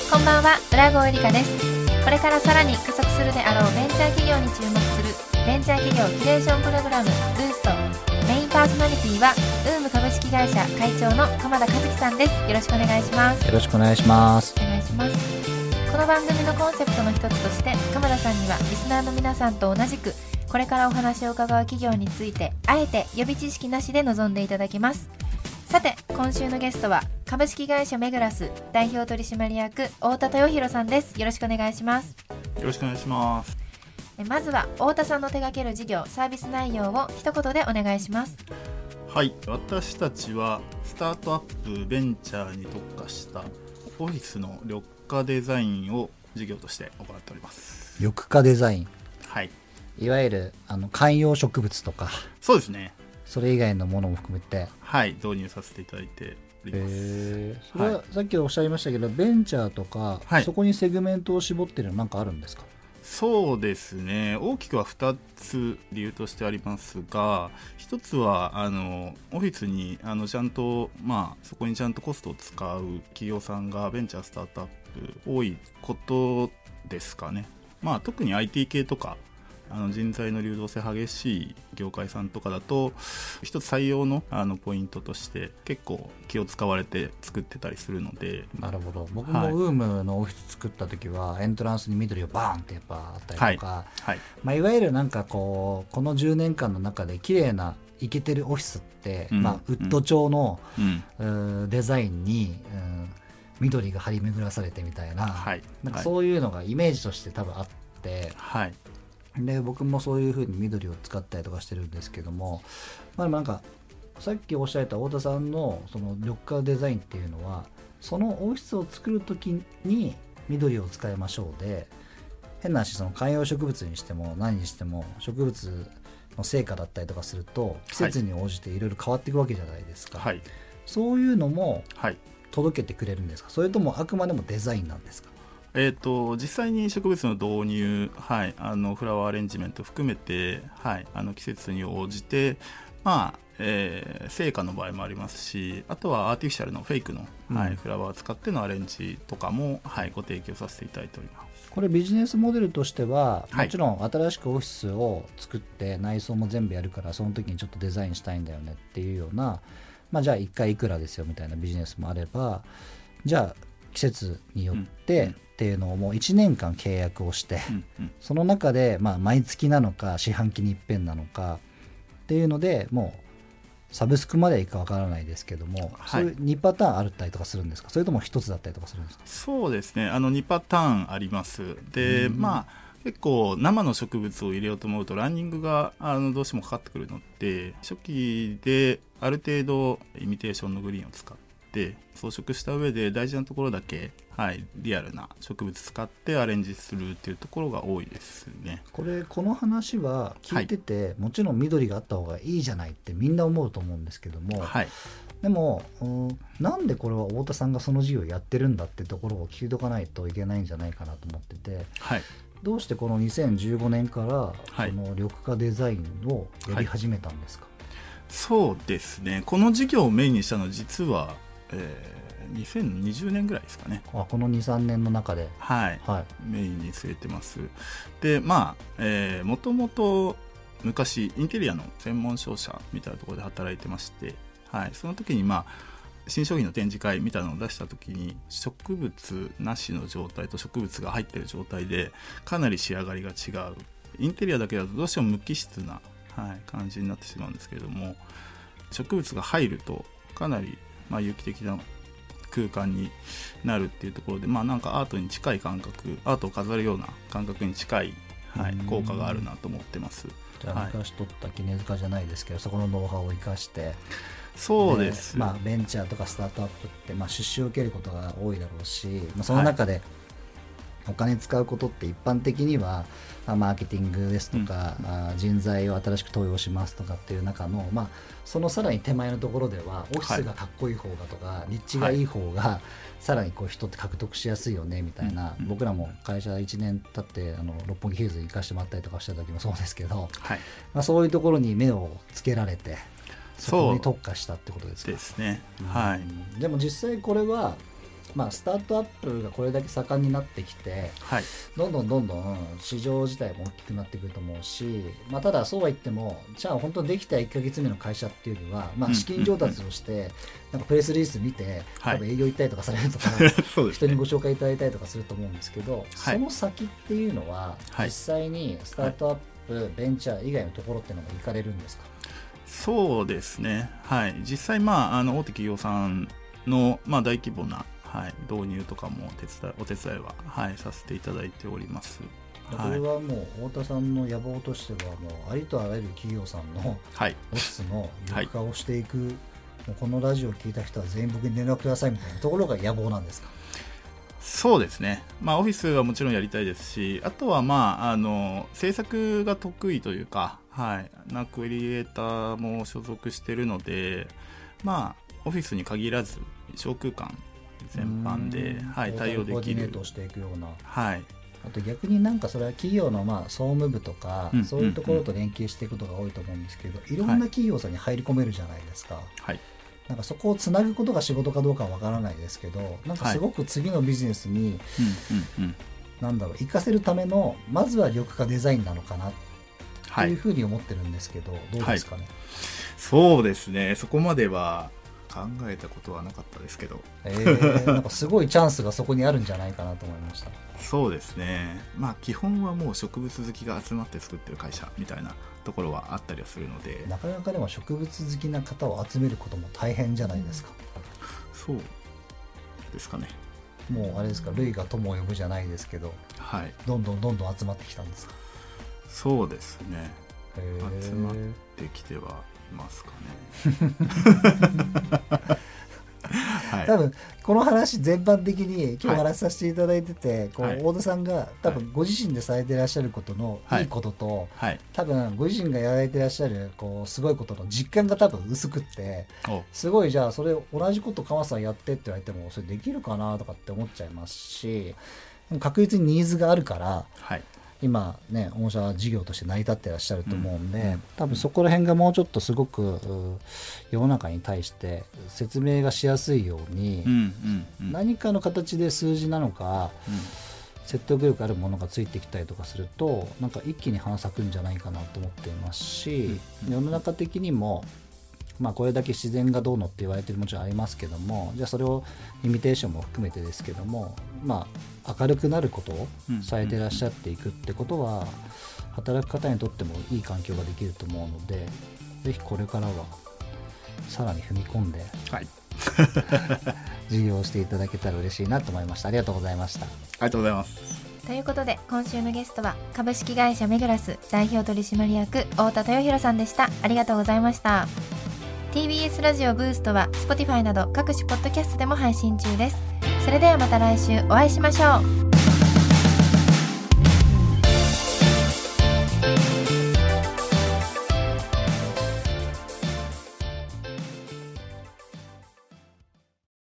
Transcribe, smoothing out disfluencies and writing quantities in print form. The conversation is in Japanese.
こんばんは、浦郷えりかです。これからさらに加速するであろうベンチャー企業に注目するベンチャー企業キュレーションプログラムブースト。メインパーソナリティはウーム株式会社会長の鎌田和樹さんです。よろしくお願いします。 よろしくお願いします。 お願いします。この番組のコンセプトの一つとして鎌田さんにはリスナーの皆さんと同じくこれからお話を伺う企業についてあえて予備知識なしで臨んでいただきます。さて今週のゲストは株式会社メグラス代表取締役太田豊弘さんです。よろしくお願いします。 よろしくお願いします。 まずは太田さんの手掛ける事業サービス内容を一言でお願いします。 はい、私たちはスタートアップベンチャーに特化したオフィスの緑化デザインを事業として行っております。 緑化デザイン、 はい、 いわゆる観葉植物とかそうですね、 それ以外のものも含めて、 はい、導入させていただいております。 それはさっきおっしゃいましたけど、ベンチャーとか、 はい、 そこにセグメントを絞ってるのなんかあるんですか？ そうですね、大きくは2つ理由としてありますが、1つはオフィスにちゃんと、そこにちゃんとコストを使う企業さんがベンチャースタートアップ多いことですかね。特に IT 系とか人材の流動性激しい業界さんとかだと一つ採用のポイントとして結構気を使われて作ってたりするので。 なるほど。僕もウームのオフィス作った時は、エントランスに緑をバーンってやっぱあったりとか、いわゆるなんかこの10年間の中で綺麗なイケてるオフィスって、ウッド調の、デザインに、緑が張り巡らされてみたいな、なんかそういうのがイメージとして多分あって、で僕もそういう風に緑を使ったりとかしてるんですけども、なんかさっきおっしゃった太田さんのその緑化デザインっていうのは、そのオフィスを作るときに緑を使いましょうで、変な話、その観葉植物にしても何にしても植物の成果だったりとかすると季節に応じていろいろ変わっていくわけじゃないですか、そういうのも届けてくれるんですか？それともあくまでもデザインなんですか？ 実際に植物の導入、フラワーアレンジメント含めて、季節に応じて、成果の場合もありますし、あとはアーティフィシャルのフェイクの、フラワーを使ってのアレンジとかも、ご提供させていただいております。 これビジネスモデルとしては、もちろん新しくオフィスを作って内装も全部やるから、その時にちょっとデザインしたいんだよねっていうような、じゃあ1回いくらですよみたいなビジネスもあれば、じゃあ季節によってっていうのをもう1年間契約をして、その中で毎月なのか四半期に一遍なのかっていうので、もうサブスクまではいくかわからないですけども、そういう2パターンあったりとかするんですか？それとも1つだったりとかするんですか？ そうですね、2パターンあります。で、結構生の植物を入れようと思うとランニングがどうしてもかかってくるので、初期である程度イミテーションのグリーンを使って装飾した上で大事なところだけ、リアルな植物使ってアレンジするっていうところが多いですね。 この話は聞いてて、もちろん緑があった方がいいじゃないってみんな思うと思うんですけども、でもなんでこれは太田さんがその事業をやってるんだってところを聞いとかないといけないんじゃないかなと思ってて、どうしてこの2015年からその緑化デザインをやり始めたんですか？ そうですね、この事業をメインにしたのは実は、2020年ぐらいですかね。 この 2,3 年の中で、 メインに据えてます。で、もともと昔インテリアの専門商社みたいなところで働いてまして、その時に新商品の展示会みたいなのを出した時に、植物なしの状態と植物が入っている状態でかなり仕上がりが違う。インテリアだけだとどうしても無機質な、感じになってしまうんですけれども、植物が入るとかなり有機的な空間になるっていうところで、なんかアートに近い感覚、アートを飾るような感覚に近い、効果があるなと思ってます。 じゃあ昔取った杵塚じゃないですけど、そこのノウハウを生かして、 そうです、 ベンチャーとかスタートアップって出資を受けることが多いだろうし、その中でお金使うことって一般的には、マーケティングですとか、人材を新しく登用しますとかっていう中の、そのさらに手前のところではオフィスがかっこいい方がとか、立地がいい方がさらに人って獲得しやすいよねみたいな、僕らも会社1年経って六本木ヒルズに行かせてもらったりとかした時もそうですけど、そういうところに目をつけられてそこに特化したってことですか？ ですね。 でも実際これはスタートアップがこれだけ盛んになってきて、はい、どんどん市場自体も大きくなってくると思うし、ただそうは言ってもじゃあ本当にできた1ヶ月目の会社っていうのは、資金調達をして、なんかプレスリリース見て、多分営業行ったりとかされるとか、人にご紹介いただいたりとかすると思うんですけど、その先っていうのは、実際にスタートアップ、ベンチャー以外のところっていうのが行かれるんですか？ そうですね、はい、実際、大手企業さんの、大規模な、導入とかもお手伝いは、させていただいております。 これはもう太田さんの野望としてはもうありとあらゆる企業さんのオフィスの緑化をしていく、もうこのラジオを聞いた人は全員僕に連絡くださいみたいなところが野望なんですか？ そうですね、オフィスはもちろんやりたいですし、あとは制作が得意というか、クリエイターも所属しているので、オフィスに限らず小空間全般で、対応できるコーディネートをしていくような、 あと逆になんかそれは企業の総務部とか、そういうところと連携していくことが多いと思うんですけど、いろんな企業さんに入り込めるじゃないですか、なんかそこをつなぐことが仕事かどうかは分からないですけど、なんかすごく次のビジネスに活かせるためのまずは緑化デザインなのかなというふうに思ってるんですけど、どうですかね？ そうですね、そこまでは考えたことはなかったですけど、 なんかすごいチャンスがそこにあるんじゃないかなと思いました。 そうですね、基本はもう植物好きが集まって作ってる会社みたいなところはあったりはするので、 なかなかでも植物好きな方を集めることも大変じゃないですか？ そうですかね。 もうあれですか、類が友を呼ぶじゃないですけど、どんどん集まってきたんですか？ そうですね、集まってきてはいますかね。 多分この話全般的に今日話させていただいてて、太田さんが多分ご自身でされていらっしゃることのいいことと、多分ご自身がやられていらっしゃるすごいことの実感が多分薄くって、すごいじゃあそれ同じこと鎌田さんやってって言われてもそれできるかなとかって思っちゃいますし、確実にニーズがあるから、今ね御社は事業として成り立ってらっしゃると思うんで、多分そこら辺がもうちょっとすごく世の中に対して説明がしやすいように、何かの形で数字なのか、説得力あるものがついてきたりとかすると、なんか一気に花咲くんじゃないかなと思っていますし、世の中的にもこれだけ自然がどうのって言われてるもちろんありますけども、じゃあそれをイミテーションも含めてですけども、明るくなることをされてらっしゃっていくってことは、働く方にとってもいい環境ができると思うので、ぜひこれからはさらに踏み込んで、事業をしていただけたら嬉しいなと思いました。ありがとうございました。 ありがとうございます。 ということで今週のゲストは株式会社メグラス代表取締役太田豊弘さんでした。ありがとうございました。TBS ラジオブーストは Spotify など各種ポッドキャストでも配信中です。それではまた来週お会いしましょう。